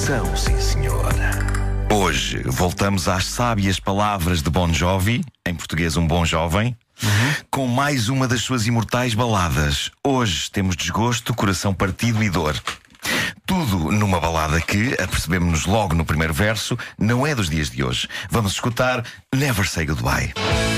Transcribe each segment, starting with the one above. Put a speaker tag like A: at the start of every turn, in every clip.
A: São, sim, senhora. Hoje voltamos às sábias palavras de Bon Jovi, em português um bom jovem, com mais uma das suas imortais baladas. Hoje temos desgosto, coração partido e dor. Tudo numa balada que, apercebemos-nos logo no primeiro verso, não é dos dias de hoje. Vamos escutar Never Say Goodbye.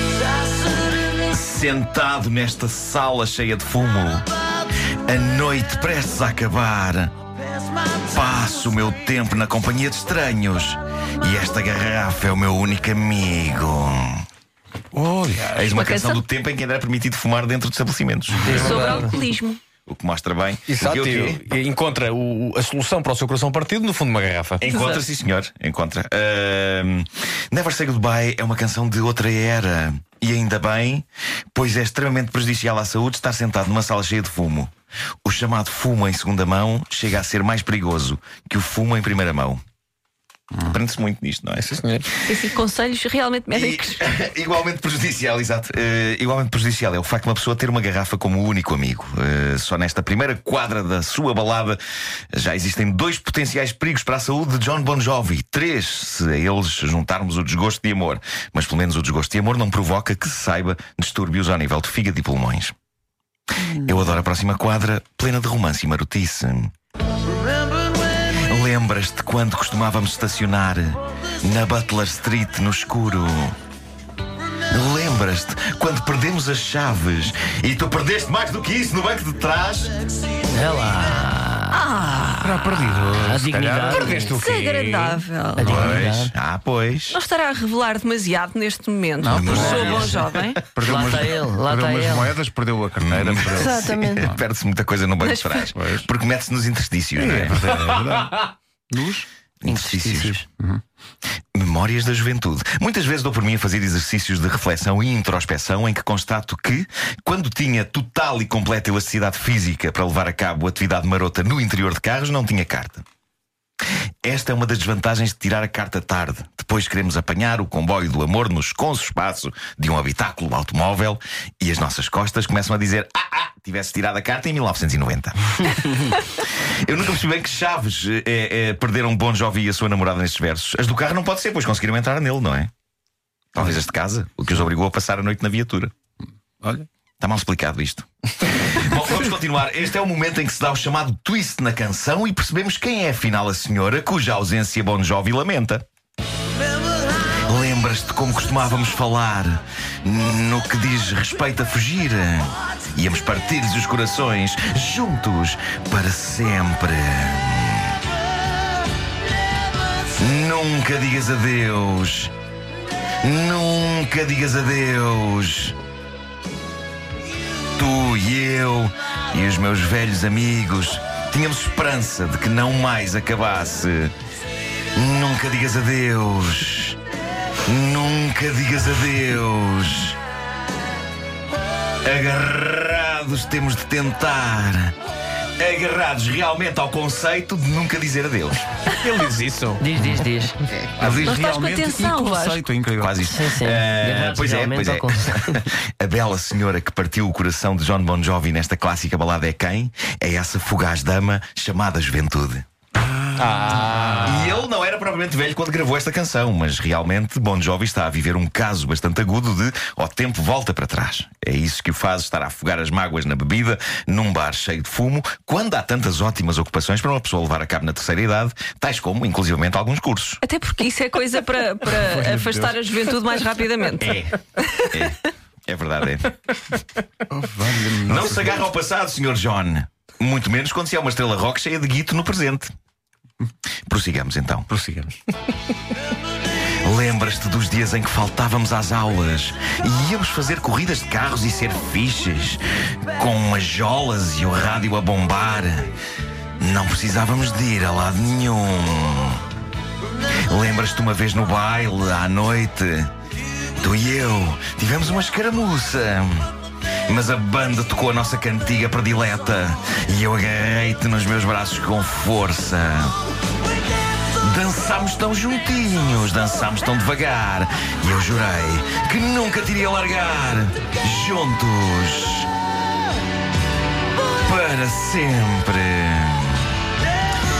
A: Sentado nesta sala cheia de fumo, a noite prestes a acabar, passo o meu tempo na companhia de estranhos e esta garrafa é o meu único amigo.
B: Olha,
A: Eis uma canção do tempo em que ainda era permitido fumar dentro de estabelecimentos.
C: Sobre alcoolismo.
A: O que mostra bem.
B: exato,
A: O quê?
B: e encontra a solução para o seu coração partido no fundo de uma garrafa.
A: Encontra, sim senhor, encontra. Never Say Goodbye é uma canção de outra era. E ainda bem, pois é extremamente prejudicial à saúde estar sentado numa sala cheia de fumo. O chamado fumo em segunda mão chega a ser mais perigoso que o fumo em primeira mão. Aprende-se muito nisto, não é?
B: Sim, senhor.
C: Sim, conselhos realmente médicos.
A: Igualmente prejudicial, exato. Igualmente prejudicial é o facto de uma pessoa ter uma garrafa como único amigo. Só nesta primeira quadra da sua balada já existem 2 potenciais perigos para a saúde de John Bon Jovi. 3, se a eles juntarmos o desgosto de amor. Mas pelo menos o desgosto de amor não provoca que se saiba distúrbios ao nível de fígado e pulmões. Eu adoro a próxima quadra, plena de romance e marotice. Lembras-te quando costumávamos estacionar na Butler Street no escuro? Lembras-te quando perdemos as chaves e tu perdeste mais do que isso no banco de trás?
D: É lá.
B: Terá perdido.
D: A dignidade.
B: Perdeste o quê?
C: Desagradável.
D: A dignidade.
A: Pois.
C: Não estará a revelar demasiado neste momento.
B: Não, pois
C: Sou
B: é.
C: bom jovem.
B: Perdeu
D: Lá
B: umas,
D: está ele, lá
B: perdeu
D: está
B: umas
D: ele.
B: moedas, perdeu a carteira. Perdeu.
C: Exatamente.
A: Perde-se muita coisa no banco de trás.
B: Pois.
A: Porque mete-se nos interstícios, não é?
B: É verdade. Nos?
A: Interstícios. Memórias da juventude. Muitas vezes dou por mim a fazer exercícios de reflexão e introspeção em que constato que, quando tinha total e completa elasticidade física para levar a cabo atividade marota no interior de carros, não tinha carta. Esta é uma das desvantagens de tirar a carta tarde. Depois queremos apanhar o comboio do amor no esconso espaço de um habitáculo automóvel e as nossas costas começam a dizer: tivesse tirado a carta em 1990. Eu nunca percebi bem que chaves perderam Bon Jovi e a sua namorada nestes versos. As do carro não pode ser, pois conseguiram entrar nele, não é? Talvez as de casa, o que os obrigou a passar a noite na viatura.
B: Olha.
A: Está mal explicado isto. Bom, vamos continuar. Este é o momento em que se dá o chamado twist na canção e percebemos quem é afinal a senhora cuja ausência Bon Jovi lamenta. Lembras-te como costumávamos falar no que diz respeito a fugir? Íamos partir-lhes os corações juntos para sempre. Nunca digas adeus. Nunca digas adeus. Tu e eu e os meus velhos amigos tínhamos esperança de que não mais acabasse. Nunca digas adeus. Nunca digas adeus. Agarrados temos de tentar. Agarrados realmente ao conceito de nunca dizer adeus.
B: Ele diz isso.
D: Diz.
A: Ele diz
C: Não estás com atenção, Vasco.
B: Conceito incrível.
A: Quase isso.
D: Sim.
A: Pois é,
D: Realmente
A: pois é.
D: ao conceito.
A: A bela senhora que partiu o coração de John Bon Jovi nesta clássica balada é quem? É essa fugaz dama chamada Juventude. E ele não era propriamente velho quando gravou esta canção, mas realmente Bon Jovi está a viver um caso bastante agudo de o tempo volta para trás. É isso que o faz estar a afogar as mágoas na bebida, num bar cheio de fumo, quando há tantas ótimas ocupações para uma pessoa levar a cabo na terceira idade, tais como, inclusivamente, alguns cursos.
C: Até porque isso é coisa para afastar a juventude mais rapidamente.
A: É verdade, Não se agarra ao passado, Sr. John. Muito menos quando se é uma estrela rock cheia de guito no presente. Prossigamos então.
B: Prossigamos.
A: Lembras-te dos dias em que faltávamos às aulas e íamos fazer corridas de carros e ser fixes, com umas jolas e o rádio a bombar? Não precisávamos de ir a lado nenhum. Lembras-te uma vez no baile, à noite? Tu e eu tivemos uma escaramuça, mas a banda tocou a nossa cantiga predileta e eu agarrei-te nos meus braços com força. Dançámos tão juntinhos, dançámos tão devagar, e eu jurei que nunca te iria largar. Juntos para sempre.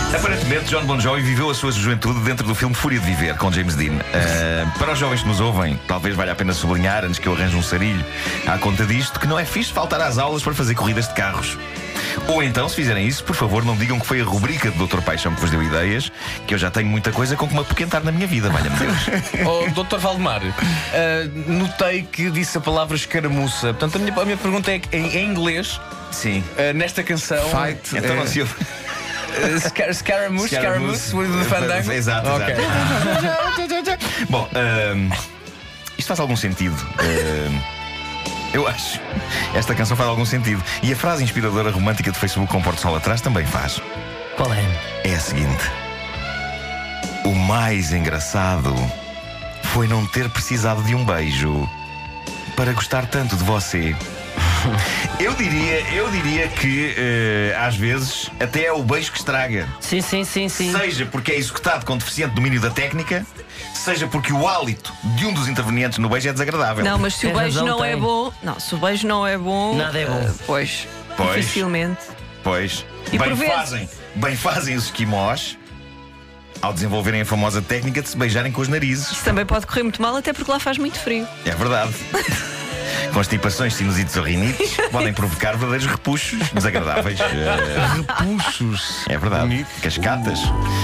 A: Aparentemente, John Bon Jovi viveu a sua juventude dentro do filme Fúria de Viver, com James Dean. Para os jovens que nos ouvem, talvez valha a pena sublinhar, antes que eu arranje um sarilho à conta disto, que não é fixe faltar às aulas para fazer corridas de carros. Ou então, se fizerem isso, por favor, não digam que foi a rubrica do Dr. Paixão que vos deu ideias, que eu já tenho muita coisa com que me apoquentar na minha vida, valha-me Deus.
B: Oh, Dr. Valdemar, notei que disse a palavra escaramuça. Portanto, a minha pergunta é em inglês,
A: Sim.
B: nesta canção.
A: Fight. Então não se ouve.
B: Scaramouche with the Fandango.
A: Exato,
B: Ok.
A: exato. Bom, isto faz algum sentido. Eu acho. Esta canção faz algum sentido. E a frase inspiradora romântica do Facebook com Porto Sol atrás também faz.
D: Qual é?
A: É a seguinte: o mais engraçado foi não ter precisado de um beijo para gostar tanto de você. Eu diria que às vezes até é o beijo que estraga.
D: Sim.
A: Seja porque é executado com deficiente domínio da técnica, seja porque o hálito de um dos intervenientes no beijo é desagradável.
C: Não, mas se o
D: Tem
C: beijo
D: razão,
C: não é
D: tem.
C: bom. Não, se o beijo não é bom.
D: Nada é bom.
C: Pois.
A: Pois.
C: Dificilmente.
A: Pois.
C: E por vezes-
A: Bem fazem os esquimós ao desenvolverem a famosa técnica de se beijarem com os narizes.
C: Isso também pode correr muito mal, até porque lá faz muito frio.
A: É verdade. Constipações, sinusites ou rinites podem provocar verdadeiros repuxos desagradáveis.
B: Repuxos.
A: É verdade.
B: Bonito.
A: Cascatas.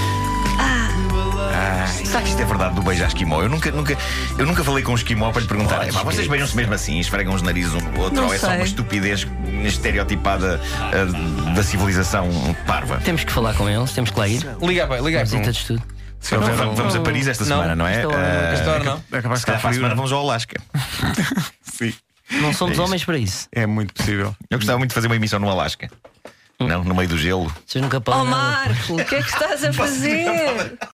A: Será que isto é verdade do beijo à esquimó? Eu nunca falei com um esquimó para lhe perguntar:
D: Podes
A: vocês
D: crer.
A: beijam-se mesmo assim, esfregam os narizes um no outro,
C: Não
A: ou é só
C: sei.
A: uma estupidez estereotipada da civilização parva?
D: Temos que falar com eles, temos que lá ir.
B: Liga bem.
D: Vamos ir todos tudo.
B: Se houver um-
A: Vamos a Paris esta semana, não é?
B: Esta hora não.
E: É capaz
A: Se
E: de
A: calhar
E: estar
A: para a
E: frio.
A: semana vamos ao Alasca.
E: Sim,
D: Não somos
A: isso.
D: homens para isso.
E: é muito possível.
A: Eu gostava muito de fazer uma emissão no Alasca. Não, no meio do gelo.
D: Vocês nunca podem.
C: Oh
D: nada.
C: Marco, o que é que estás a fazer?